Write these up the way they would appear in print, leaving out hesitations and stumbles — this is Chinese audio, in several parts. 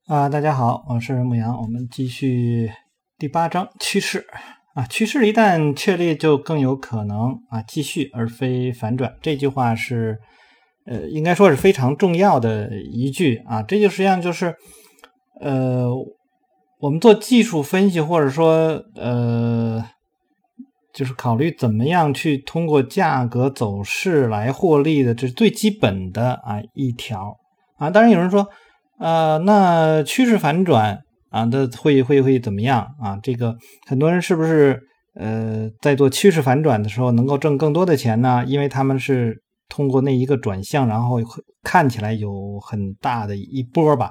大家好，我是牧羊，我们继续第8章趋势趋势一旦确立就更有可能继续而非反转，这句话是应该说是非常重要的一句这就实际上就是我们做技术分析或者说就是考虑怎么样去通过价格走势来获利的，这是最基本的一条当然有人说那趋势反转的会怎么样这个很多人是不是在做趋势反转的时候能够挣更多的钱呢？因为他们是通过那一个转向，然后看起来有很大的一波吧。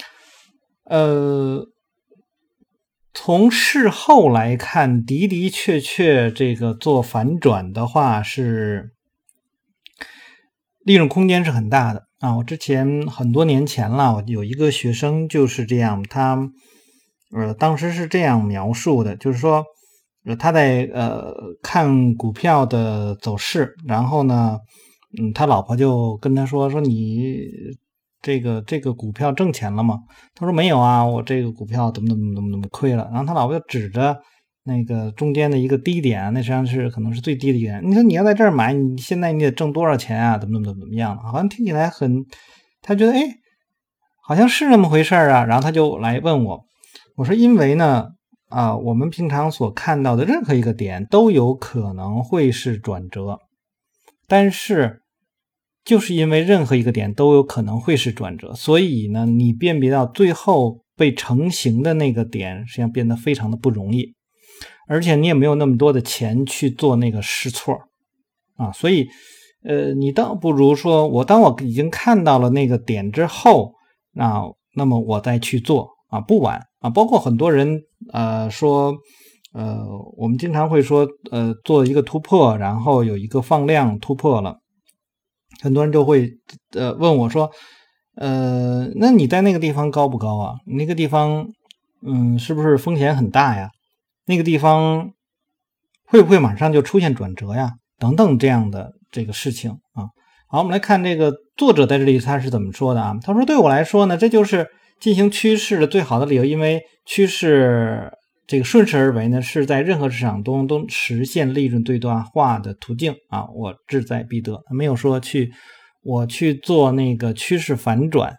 从事后来看，的确这个做反转的话是利润空间是很大的我之前很多年前了，我有一个学生就是这样，他当时是这样描述的，就是说他在看股票的走势，然后呢他老婆就跟他说你这个股票挣钱了吗？他说没有我这个股票怎么亏了。然后他老婆就指着那个中间的一个低点那实际上是可能是最低的一点。你说你要在这儿买，你现在你得挣多少钱怎么样好像听起来他觉得好像是那么回事然后他就来问我说因为呢我们平常所看到的任何一个点都有可能会是转折，但是就是因为任何一个点都有可能会是转折，所以呢你辨别到最后被成型的那个点实际上变得非常的不容易，而且你也没有那么多的钱去做那个试错所以你倒不如说当我已经看到了那个点之后那么我再去做不晚包括很多人说我们经常会说做一个突破，然后有一个放量突破了，很多人就会问我说那你在那个地方高不高那个地方是不是风险很大呀？那个地方会不会马上就出现转折呀？等等这样的这个事情好，我们来看这个作者在这里他是怎么说的他说对我来说呢，这就是进行趋势的最好的理由，因为趋势这个顺势而为呢，是在任何市场中都实现利润最大化的途径我志在必得，没有说我去做那个趋势反转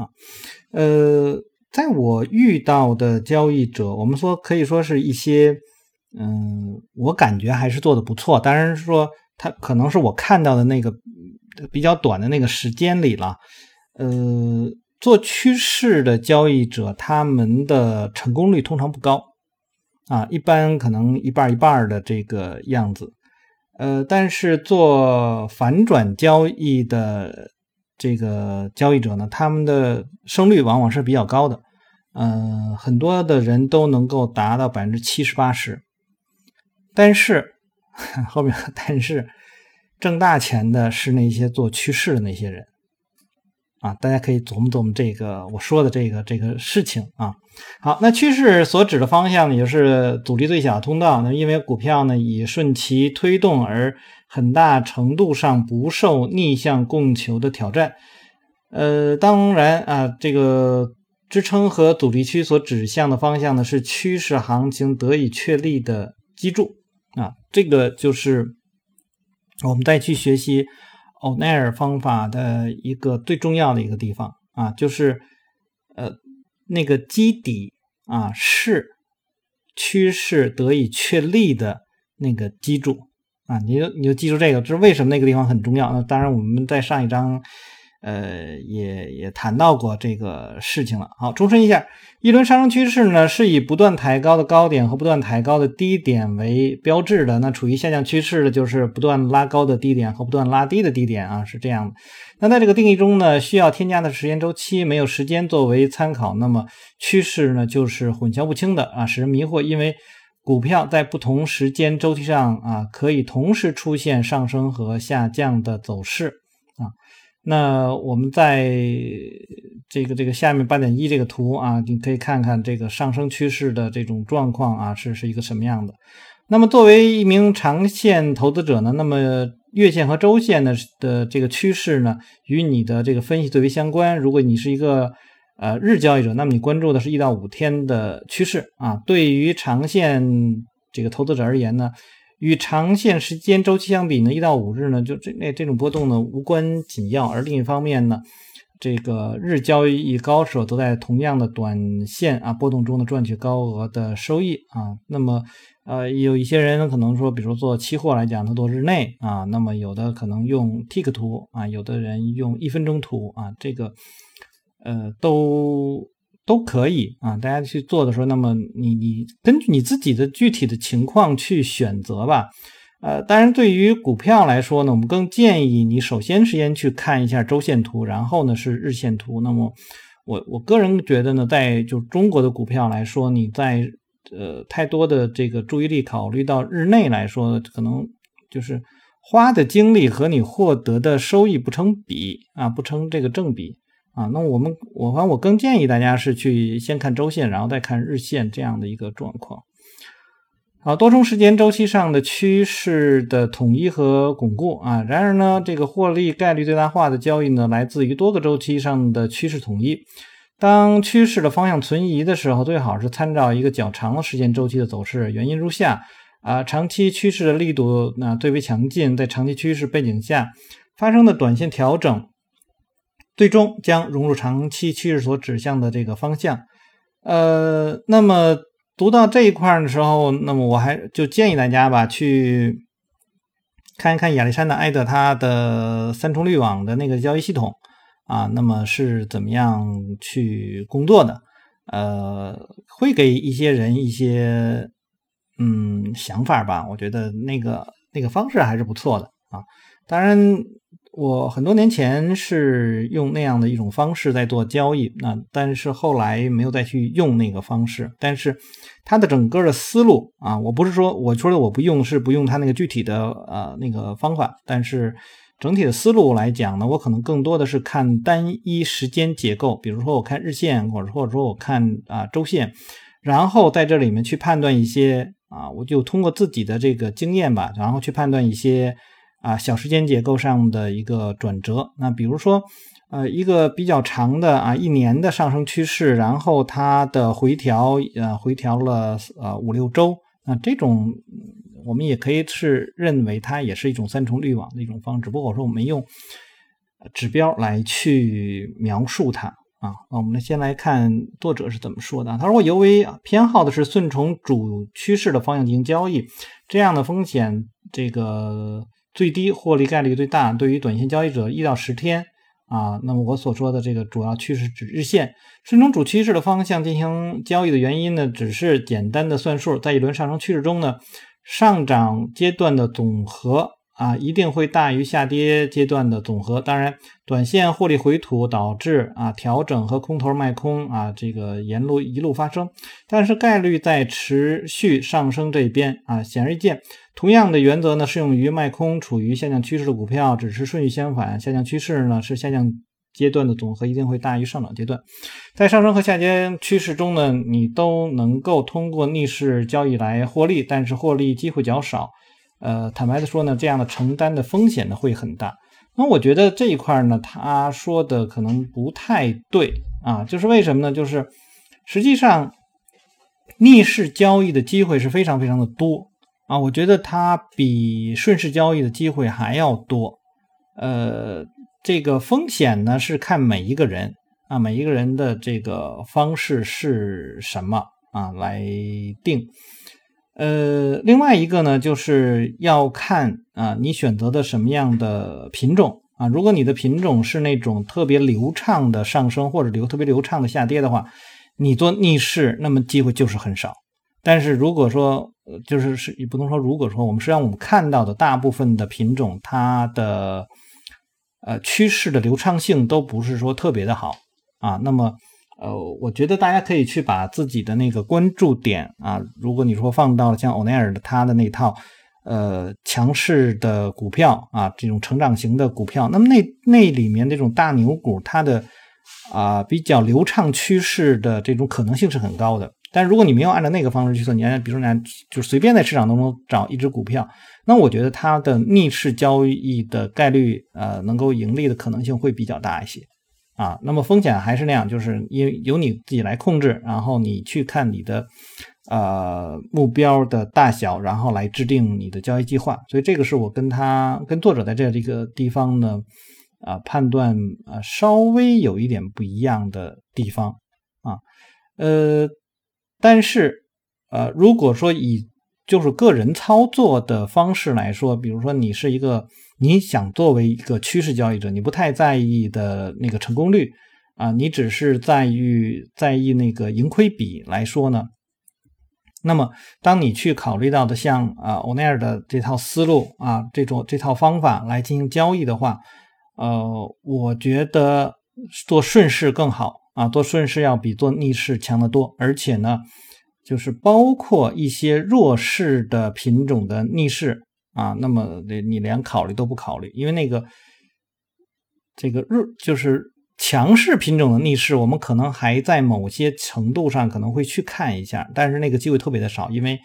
在我遇到的交易者，我们说可以说是一些我感觉还是做的不错，当然说他可能是我看到的那个比较短的那个时间里了做趋势的交易者他们的成功率通常不高一般可能一半一半的这个样子但是做反转交易的这个交易者呢，他们的胜率往往是比较高的很多的人都能够达到70%-80%，但是后面但是挣大钱的是那些做趋势的那些人大家可以琢磨琢磨这个我说的这个事情好，那趋势所指的方向呢，也就是阻力最小的通道。那因为股票呢以顺其推动而很大程度上不受逆向供求的挑战。当然这个支撑和阻力区所指向的方向呢，是趋势行情得以确立的基柱这个就是我们再去学习欧奈尔方法的一个最重要的一个地方就是那个基底是趋势得以确立的那个基柱你就记住这个，这是为什么那个地方很重要。那当然我们在上一章也谈到过这个事情了。好，重申一下，一轮上升趋势呢是以不断抬高的高点和不断抬高的低点为标志的，那处于下降趋势的就是不断拉高的低点和不断拉低的低点是这样的。那在这个定义中呢，需要添加的时间周期没有时间作为参考，那么趋势呢就是混淆不清的使人迷惑，因为股票在不同时间周期上可以同时出现上升和下降的走势那我们在这个下面 8.1 这个图你可以看看这个上升趋势的这种状况是一个什么样的。那么作为一名长线投资者呢，那么月线和周线的这个趋势呢与你的这个分析最为相关。如果你是一个日交易者，那么你关注的是1到5天的趋势啊。对于长线这个投资者而言呢，与长线时间周期相比呢，1到5日呢，就这种波动呢无关紧要。而另一方面呢，这个日交易高手都在同样的短线波动中呢赚取高额的收益啊。那么有一些人可能说，比如做期货来讲，他做日内啊，那么有的可能用 tick 图啊，有的人用1分钟图啊，这个都可以啊。大家去做的时候，那么你根据你自己的具体的情况去选择吧。当然对于股票来说呢，我们更建议你首先去看一下周线图，然后呢是日线图。那么我个人觉得呢，在就中国的股票来说，你在太多的这个注意力考虑到日内来说，可能就是花的精力和你获得的收益不成比啊，不成这个正比啊。那我更建议大家是去先看周线，然后再看日线这样的一个状况。好，多重时间周期上的趋势的统一和巩固啊。然而呢，这个获利概率最大化的交易呢，来自于多个周期上的趋势统一。当趋势的方向存疑的时候，最好是参照一个较长的时间周期的走势。原因如下长期趋势的力度最为强劲，在长期趋势背景下发生的短线调整，最终将融入长期趋势所指向的这个方向。那么读到这一块的时候，那么我还就建议大家吧，去看一看亚历山大埃德他的3重滤网的那个交易系统啊，那么是怎么样去工作的？会给一些人一些想法吧。我觉得那个方式还是不错的啊。当然我很多年前是用那样的一种方式在做交易，但是后来没有再去用那个方式。但是它的整个的思路啊，我不是说我说的我不用，是不用它那个具体的那个方法，但是整体的思路来讲呢，我可能更多的是看单一时间结构，比如说我看日线，或者说我看周线，然后在这里面去判断一些我就通过自己的这个经验吧，然后去判断一些小时间结构上的一个转折。那比如说一个比较长的1年的上升趋势，然后它的回调了5-6周，那这种我们也可以是认为它也是一种3重滤网的一种方式，不过我说我们用指标来去描述它我们先来看作者是怎么说的。他说我尤为偏好的是顺从主趋势的方向进行交易，这样的风险这个最低，获利概率最大。对于短线交易者1到10天那么我所说的这个主要趋势指日线，顺从主趋势的方向进行交易的原因呢，只是简单的算数。在一轮上升趋势中呢，上涨阶段的总和一定会大于下跌阶段的总和。当然短线获利回吐导致调整和空头卖空这个一路发生，但是概率在持续上升这边显而易见。同样的原则呢，适用于卖空处于下降趋势的股票，只是顺序相反。下降趋势呢是下降阶段的总和一定会大于上涨阶段。在上升和下跌趋势中呢，你都能够通过逆势交易来获利，但是获利机会较少。坦白的说呢，这样的承担的风险呢会很大。那我觉得这一块呢，他说的可能不太对就是为什么呢？就是实际上逆势交易的机会是非常非常的多我觉得它比顺势交易的机会还要多。这个风险呢是看每一个人每一个人的这个方式是什么来定。另外一个呢，就是要看你选择的什么样的品种如果你的品种是那种特别流畅的上升或者特别流畅的下跌的话，你做逆势那么机会就是很少。但是如果说也不能说如果说我们实际上我们看到的大部分的品种，它的趋势的流畅性都不是说特别的好那么我觉得大家可以去把自己的那个关注点如果你说放到了像欧奈尔的他的那套强势的股票这种成长型的股票，那么那里面这种大牛股，它的比较流畅趋势的这种可能性是很高的。但如果你没有按照那个方式去做，你比如说就随便在市场当中找一只股票，那我觉得它的逆势交易的概率能够盈利的可能性会比较大一些。 啊。那么风险还是那样，就是因为由你自己来控制，然后你去看你的目标的大小，然后来制定你的交易计划。所以这个是我跟作者在这个地方呢判断稍微有一点不一样的地方啊。但是如果说以就是个人操作的方式来说，比如说你想作为一个趋势交易者，你不太在意的那个成功率啊，你只是在意那个盈亏比来说呢，那么当你去考虑到的像欧奈尔的这套思路啊，这套方法来进行交易的话，我觉得做顺势更好啊，做顺势要比做逆势强得多，而且呢就是包括一些弱势的品种的逆势啊，那么你连考虑都不考虑，因为就是强势品种的逆势，我们可能还在某些程度上可能会去看一下，但是那个机会特别的少，因为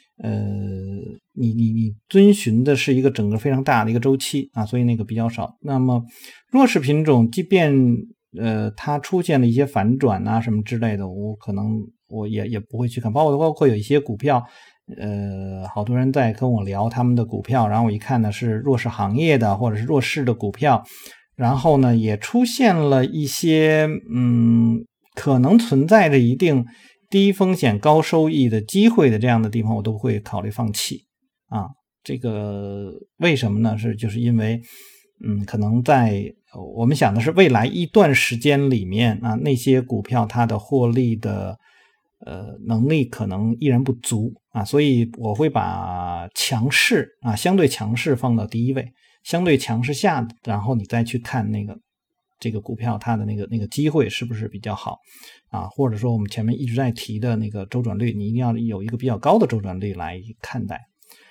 你遵循的是一个整个非常大的一个周期啊，所以那个比较少。那么弱势品种即便它出现了一些反转啊什么之类的，我也不会去看，包括有一些股票好多人在跟我聊他们的股票，然后我一看呢是弱势行业的或者是弱势的股票，然后呢也出现了一些可能存在着一定低风险高收益的机会的这样的地方，我都会考虑放弃啊。这个为什么呢？就是因为可能我们想的是未来一段时间里面啊，那些股票它的获利的能力可能依然不足啊，所以我会把相对强势放到第一位，相对强势下，然后你再去看这个股票它的那个机会是不是比较好啊，或者说我们前面一直在提的那个周转率，你一定要有一个比较高的周转率来看待。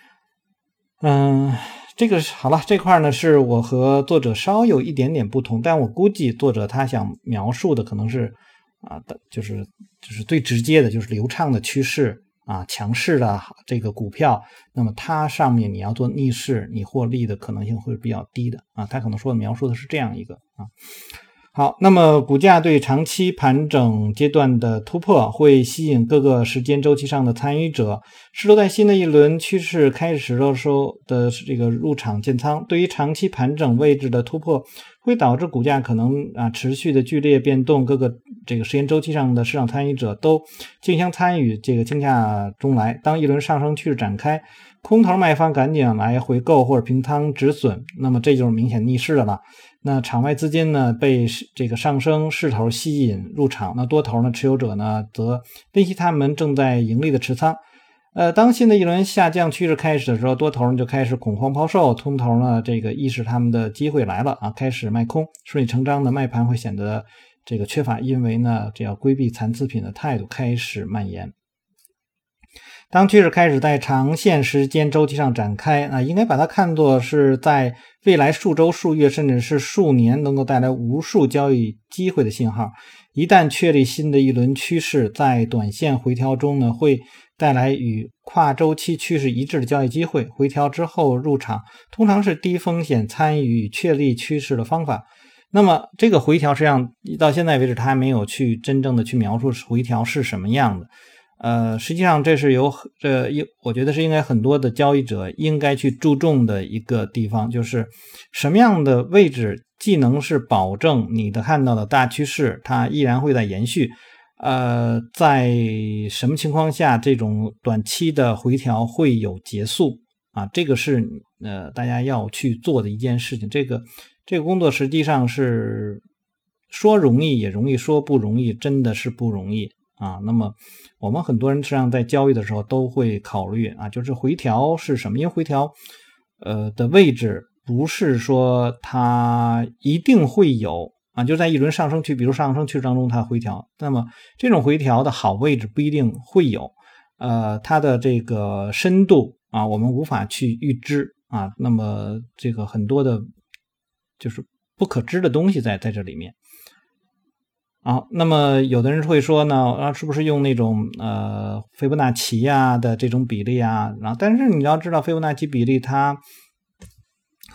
这个好了，这块呢是我和作者稍有一点点不同，但我估计作者他想描述的可能是就是最直接的，就是流畅的趋势啊，强势的这个股票，那么它上面你要做逆势，你获利的可能性会比较低的啊，他可能描述的是这样一个啊。好，那么股价对长期盘整阶段的突破会吸引各个时间周期上的参与者，试图在新的一轮趋势开始的时候的这个入场建仓。对于长期盘整位置的突破，会导致股价可能持续的剧烈变动，各个这个时间周期上的市场参与者都竞相参与这个竞价中来。当一轮上升趋势展开，空头卖方赶紧来回购或者平仓止损，那么这就是明显逆势的了。那场外资金呢被这个上升势头吸引入场，那多头呢持有者呢则分析他们正在盈利的持仓。当新的一轮下降趋势开始的时候，多头呢就开始恐慌抛售，空头呢这个意识他们的机会来了啊，开始卖空，顺理成章的卖盘会显得这个缺乏，因为呢这要规避残次品的态度开始蔓延。当趋势开始在长线时间周期上展开，应该把它看作是在未来数周、数月甚至是数年能够带来无数交易机会的信号。一旦确立新的一轮趋势，在短线回调中呢，会带来与跨周期趋势一致的交易机会。回调之后入场，通常是低风险参与确立趋势的方法。那么这个回调实际上到现在为止，他还没有去真正的去描述回调是什么样的。实际上这是我觉得是应该很多的交易者应该去注重的一个地方，就是什么样的位置既能是保证你的看到的大趋势它依然会在延续，在什么情况下这种短期的回调会有结束啊？这个是大家要去做的一件事情。这个工作实际上是说容易也容易，说不容易真的是不容易啊。那么我们很多人实际上在交易的时候都会考虑啊，就是回调是什么？因为回调的位置不是说它一定会有啊，就在一轮上升区，比如上升趋势当中它回调，那么这种回调的好位置不一定会有，它的这个深度啊我们无法去预知啊，那么这个很多的就是不可知的东西在这里面。好，那么有的人会说呢，是不是用那种斐波那契的这种比例啊？但是你要知道斐波那契比例它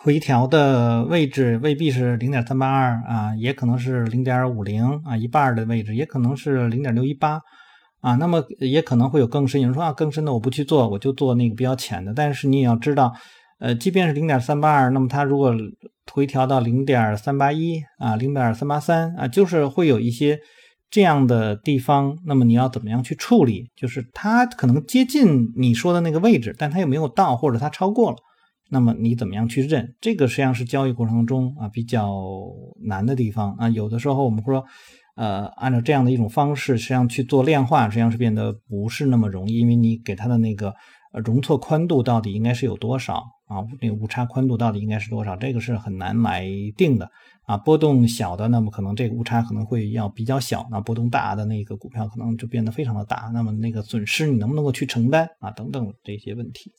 回调的位置未必是 0.382 啊，也可能是 0.50 啊，一半的位置，也可能是 0.618 啊，那么也可能会有更深，有人说啊，更深的我不去做，我就做那个比较浅的，但是你也要知道即便是 0.382 那么它如果回调到 0.381 啊 0.383 啊，就是会有一些这样的地方，那么你要怎么样去处理，就是它可能接近你说的那个位置，但它又没有到，或者它超过了，那么你怎么样去认，这个实际上是交易过程中比较难的地方啊。有的时候我们说按照这样的一种方式实际上去做量化，实际上是变得不是那么容易，因为你给它的那个容错宽度到底应该是有多少啊？那个误差宽度到底应该是多少？这个是很难来定的啊。波动小的，那么可能这个误差可能会要比较小，那波动大的那个股票可能就变得非常的大，那么那个损失你能不能够去承担啊？等等这些问题。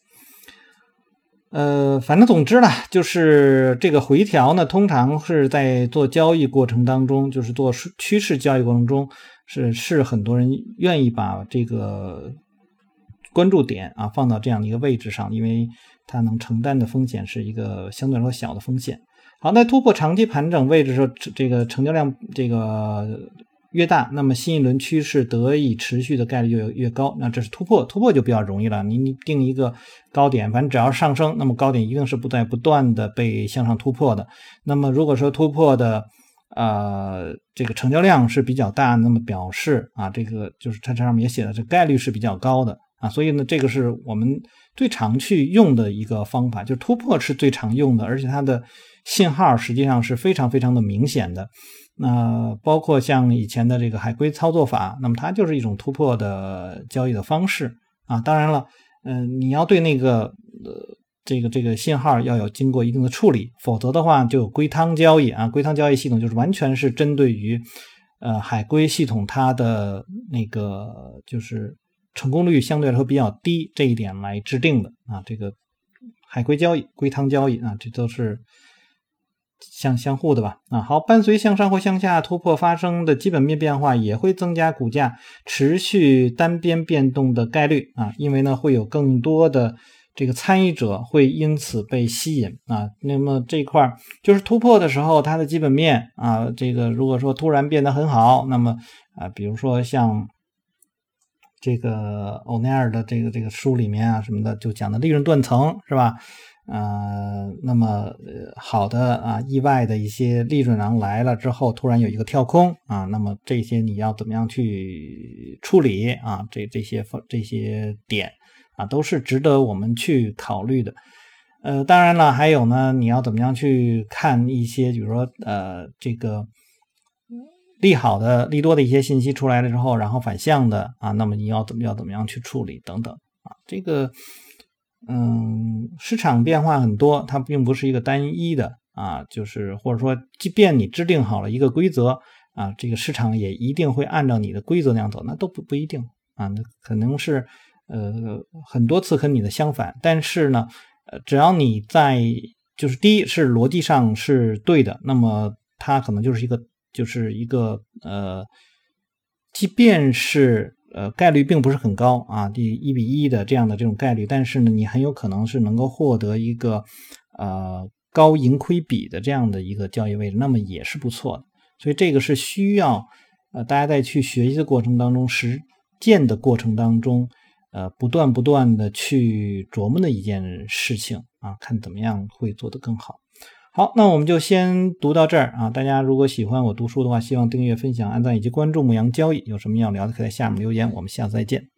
反正总之呢，就是这个回调呢，通常是在做交易过程当中，就是做趋势交易过程中，是很多人愿意把这个关注点放到这样的一个位置上，因为它能承担的风险是一个相对来说小的风险。好，在突破长期盘整位置的时候，这个成交量这个越大，那么新一轮趋势得以持续的概率就越高。那这是突破就比较容易了，你定一个高点，反正只要上升，那么高点一定是不断的被向上突破的。那么如果说突破的这个成交量是比较大，那么表示这个就是它这上面也写了，这概率是比较高的所以呢，这个是我们最常去用的一个方法，就是突破是最常用的，而且它的信号实际上是非常非常的明显的。那包括像以前的这个海龟操作法，那么它就是一种突破的交易的方式当然了，你要对那个这个信号要有经过一定的处理，否则的话就有龟汤交易龟汤交易系统就是完全是针对于海龟系统它的那个就是成功率相对来说比较低这一点来制定的这个海龟交易、龟汤交易这都是相互的吧好，伴随向上或向下突破发生的基本面变化，也会增加股价持续单边变动的概率因为呢会有更多的这个参与者会因此被吸引那么这一块就是突破的时候，它的基本面这个如果说突然变得很好，那么比如说像这个欧奈尔的这个书里面什么的就讲的利润断层是吧？那么好的意外的一些利润囊来了之后，突然有一个跳空那么这些你要怎么样去处理这些点都是值得我们去考虑的。当然了，还有呢，你要怎么样去看一些，比如说这个利多的一些信息出来了之后，然后反向的那么你要怎么样去处理等等这个市场变化很多，它并不是一个单一的就是或者说即便你制定好了一个规则这个市场也一定会按照你的规则那样走，那都不一定那可能是很多次跟你的相反，但是呢只要你在就是第一是逻辑上是对的，那么它可能就是一个即便是概率并不是很高1比1的这样的这种概率，但是呢你很有可能是能够获得一个高盈亏比的这样的一个交易位置，那么也是不错的。所以这个是需要大家在去学习的过程当中，实践的过程当中不断的去琢磨的一件事情看怎么样会做得更好。好，那我们就先读到这儿大家如果喜欢我读书的话，希望订阅、分享、按赞以及关注牧羊交易。有什么要聊的可以在下面留言，我们下次再见。